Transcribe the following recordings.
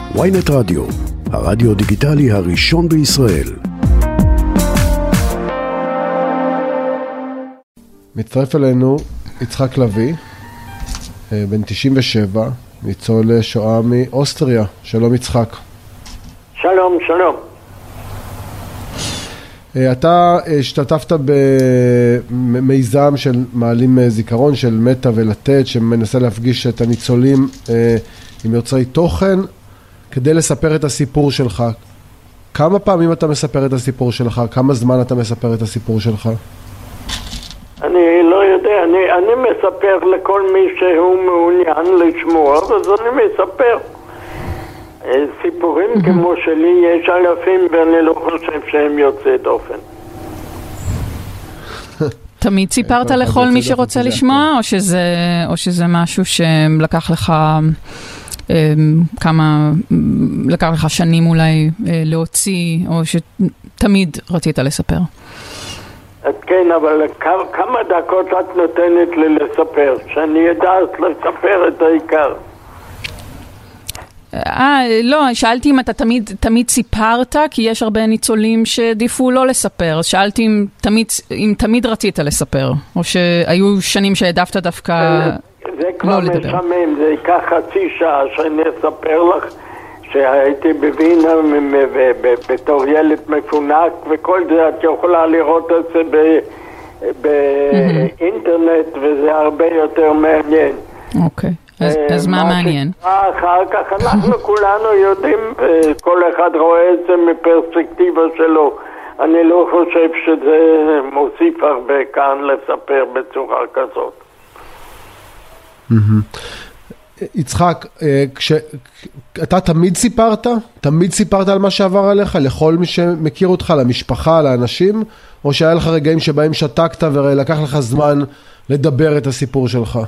ynet רדיו, הרדיו דיגיטלי הראשון בישראל. מצטרף אלינו יצחק לוי, בן 97, ניצול שואה מאוסטריה. שלום יצחק. שלום, שלום. אתה השתתפת במיזם של מעלים זיכרון של מטא ולתת, שמנסה להפגיש את הניצולים עם יוצרי תוכן כדי לספר את הסיפור שלך. כמה פעמים אתה מספר את הסיפור שלך? כמה זמן אתה מספר את הסיפור שלך? אני לא יודע, אני מספר לכל מי שהוא מעוניין לשמוע, אז אני מספר. סיפורים כמו שלי יש אלפים, ואני לא חושב שהם יוצאי דופן. תמיד סיפרת לכל מי שרוצה לשמוע, או שזה משהו שלקח לך לקח לך שנים אולי להוציא, או שתמיד רצית לספר? כן, אבל כמה דקות את נותנת לי לספר, שאני יודעת לספר את העיקר. לא, שאלתי אם אתה תמיד סיפרת, כי יש הרבה ניצולים שדיפו לא לספר. שאלתי אם תמיד רצית לספר, או שהיו שנים שהעדפת דווקא זה כבר משמם, זה ייקח חצי שעה שאני אספר לך שהייתי בווינה בתור ילד מפונק, וכל זה את יכולה לראות את זה באינטרנט, וזה הרבה יותר מעניין. אוקיי. אז מה מעניין? אחר כך אנחנו כולנו יודעים, כל אחד רואה את זה מפרספקטיבה שלו. אני לא חושב שזה מוסיף הרבה כאן לספר בצורה כזאת. יצחק, אתה תמיד סיפרת? תמיד סיפרת על מה שעבר עליך? לכל מי שמכיר אותך, למשפחה, לאנשים? או שהיה לך רגעים שבהם שתקת ולקח לך זמן לדבר את הסיפור שלך?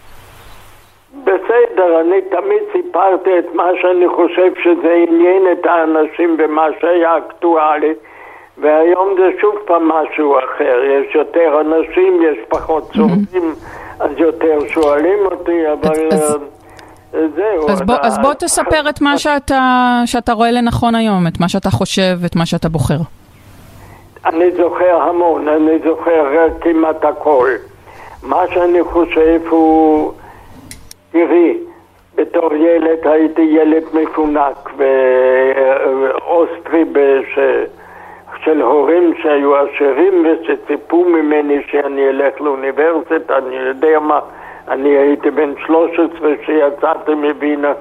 בסדר, אני תמיד סיפרתי את מה שאני חושב שזה עניין את האנשים במה שהיה אקטואלי, והיום זה שוב פעם משהו אחר. יש יותר אנשים, יש פחות צורדים, אז יותר שואלים אותי, אבל זהו. אז בוא תספר את מה שאתה רואה לנכון היום, את מה שאתה חושב, את מה שאתה בוחר. אני זוכר המון, אני זוכר כמעט הכל. מה שאני חושב הוא... תראי, בתור ילד הייתי ילד מפונק ואוסטרי של הורים שהיו עשירים ושציפו ממני שאני אלך לאוניברסיטה. אני יודע מה, אני הייתי בן 13 שיצאתי מווינה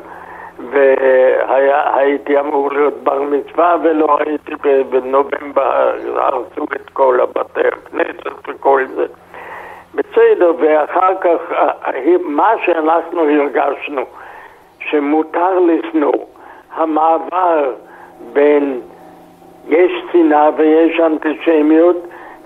והייתי אמור להיות בר מצווה ולא הייתי בנובמבר, הרסו את כל הבתי הכנסת וכל זה. בסדר, ואחר כך מה שאנחנו הרגשנו שמותר לשנוא, המעבר בין יש שנאה ויש אנטישמיות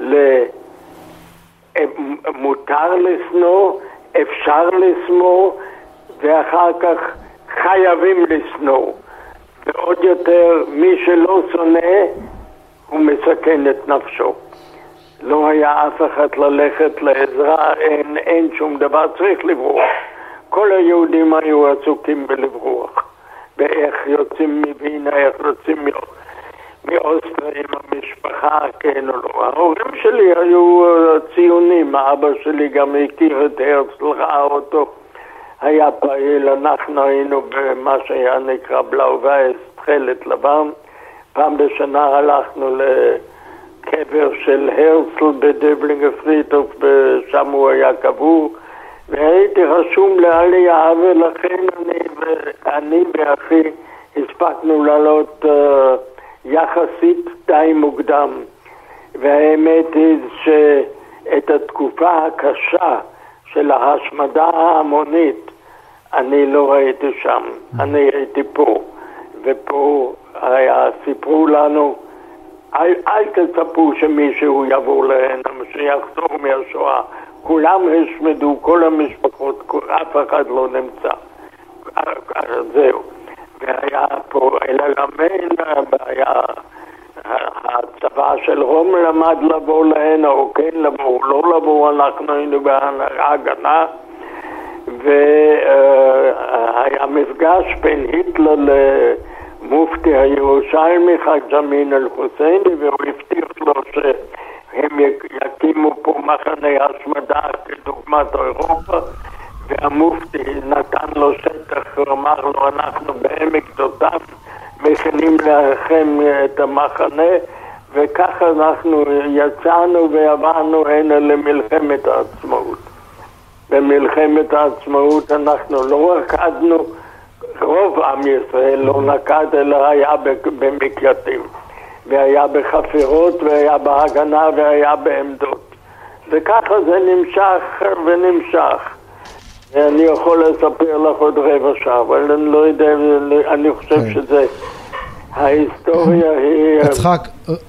מותר לשנוא, אפשר לשנוא, ואחר כך חייבים לשנוא, ועוד יותר מי שלא שונא הוא מסכן את נפשו. לא היה אף אחד ללכת לעזרה, אין שום דבר, צריך לברוח. כל היהודים היו עסוקים בלברוח. ואיך יוצאים מווינה, איך יוצאים מאוסטריה עם המשפחה, כן או לא. ההורים שלי היו ציונים, האבא שלי גם הכיר את הרצל, ראה אותו, היה פעיל, אנחנו היינו במה שהיה נקרא בלאו וייס, תכלת לבן. פעם בשנה הלכנו קבר של הרצל בדבלינגר פרידהוף, ושם הוא היה קבור, והייתי רשום לעלייה, ולכן אני ואחי הספקנו לעלות יחסית די מוקדם. והאמת היא שאת התקופה הקשה של ההשמדה ההמונית אני לא ראיתי שם, אני הייתי פה, ופה סיפרו לנו אל תצפו שמישהו יבוא להנה, שיחזור מהשואה. כולם השמדו, כל המשפחות, אף אחד לא נמצא. זהו. והיה פה אלגמן, והיה הצבא של רום למד לבוא להנה, או כן לבוא, לא לבוא, אנחנו היינו בהגנה. והיה מפגש בין היטלר למופתי הירושלמי חאג' אמין אל-חוסייני, והוא הבטיח לו שהם יקימו פה מחנה השמדה כדוגמת אירופה, והמופתי נתן לו שטח, הוא אמר לו, אנחנו בעמק דותן מכינים לכם את המחנה, וככה אנחנו יצאנו ועברנו הנה למלחמת העצמאות. במלחמת העצמאות אנחנו לא רקדנו, רוב עם ישראל לא נקד, אלא היה במקלטים, והיה בחפירות, והיה בהגנה, והיה בעמדות. וככה זה נמשך ונמשך. ואני יכול לספר לך עוד רבע שעה, אבל אני לא יודע, אני חושב שזה, ההיסטוריה היא... יצחק,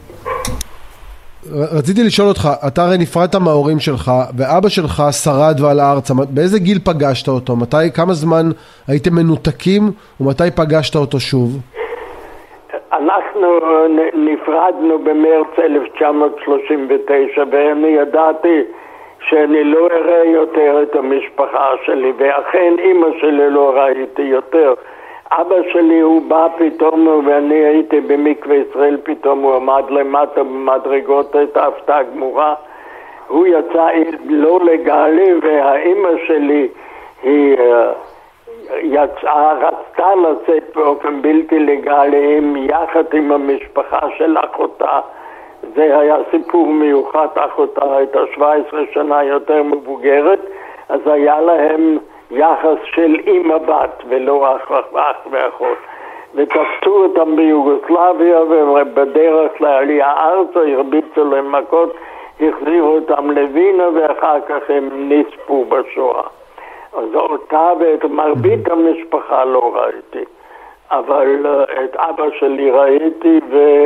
רציתי לשאול אותך, אתה הרי נפרדת מההורים שלך, ואבא שלך שרד ועלה ארצה, באיזה גיל פגשת אותו? כמה זמן הייתם מנותקים, ומתי פגשת אותו שוב? אנחנו נפרדנו במרץ 1939, ואני ידעתי שאני לא אראה יותר את המשפחה שלי, ואכן אמא שלי לא ראיתי יותר. אבא שלי הוא בא פתאום, ואני הייתי במקווה ישראל, פתאום הוא עמד למטה במדרגות, הייתה הפתעה גמורה. הוא יצא לא לגלי, והאמא שלי היא יצאה, רצתה לצאת באופן בלתי לגלי, יחד עם המשפחה של אחותה. זה היה סיפור מיוחד, אחותה הייתה 17 שנה יותר מבוגרת, אז היה להם יחס של אמא בת ולא אח ואחות. ותפסו אותם ביוגוסלביה, ובדרך לעלייה ארצה הרביצו להם מכות, החזירו אותם לווינה, ואחר כך הם נספו בשואה. אז אותה ואת מרבית המשפחה לא ראיתי, אבל את אבא שלי ראיתי,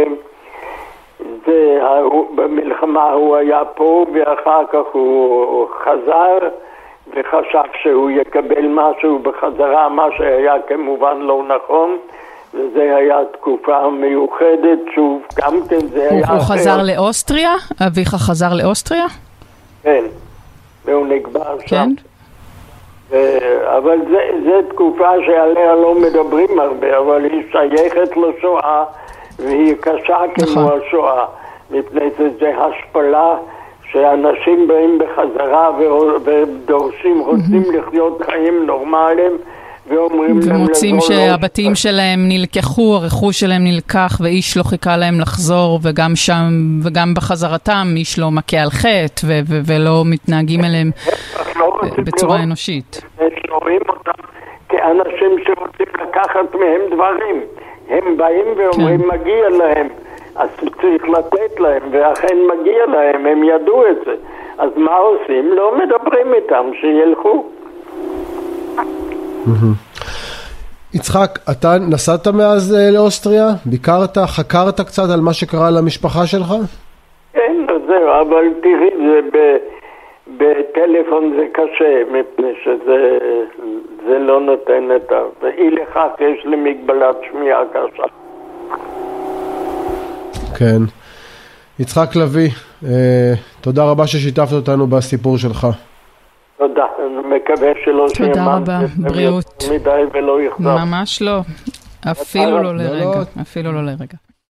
במלחמה הוא היה פה, ואחר כך הוא חזר וחשב שהוא יקבל משהו בחזרה, מה שהיה כמובן לא נכון, וזה היה תקופה מיוחדת, שוב, גם כן זה היה... הוא חזר לאוסטריה? אביך חזר לאוסטריה? כן, והוא נקבר שם. כן? אבל זה תקופה שעליה לא מדברים הרבה, אבל היא שייכת לשואה, והיא קשה כמו השואה, מפני זה השפלה שאנשים באים בחזרה ודורשים, רוצים לחיות חיים נורמליים, ואומרים להם... ומוצאים שהבתים שלהם נלקחו, הרכוש שלהם נלקח, ואיש לא חיכה להם לחזור, וגם שם, וגם בחזרתם, איש לא מכה על חטא, ולא מתנהגים אליהם בצורה אנושית. רואים אותם כאנשים שרוצים לקחת מהם דברים. הם באים ואומרים מגיע להם, אז צריך לתת להם, ואכן מגיע להם, הם ידעו את זה. אז מה עושים? לא מדברים איתם, שילכו. יצחק, אתה נסעת מאז לאוסטריה? ביקרת, חקרת קצת על מה שקרה למשפחה שלך? כן, זהו, אבל תראי, בטלפון זה קשה, מפני שזה לא נותן את ה... ואי לכך יש לי מגבלת שמיעה קשה. כן. יצחק לוי, תודה רבה ששיתפת אותנו בסיפור שלך. תודה, אני מקווה שלא תודה רבה, בריאות. מדי ולא יחזר. ממש לא, אפילו לא לרגע, אפילו לא לרגע.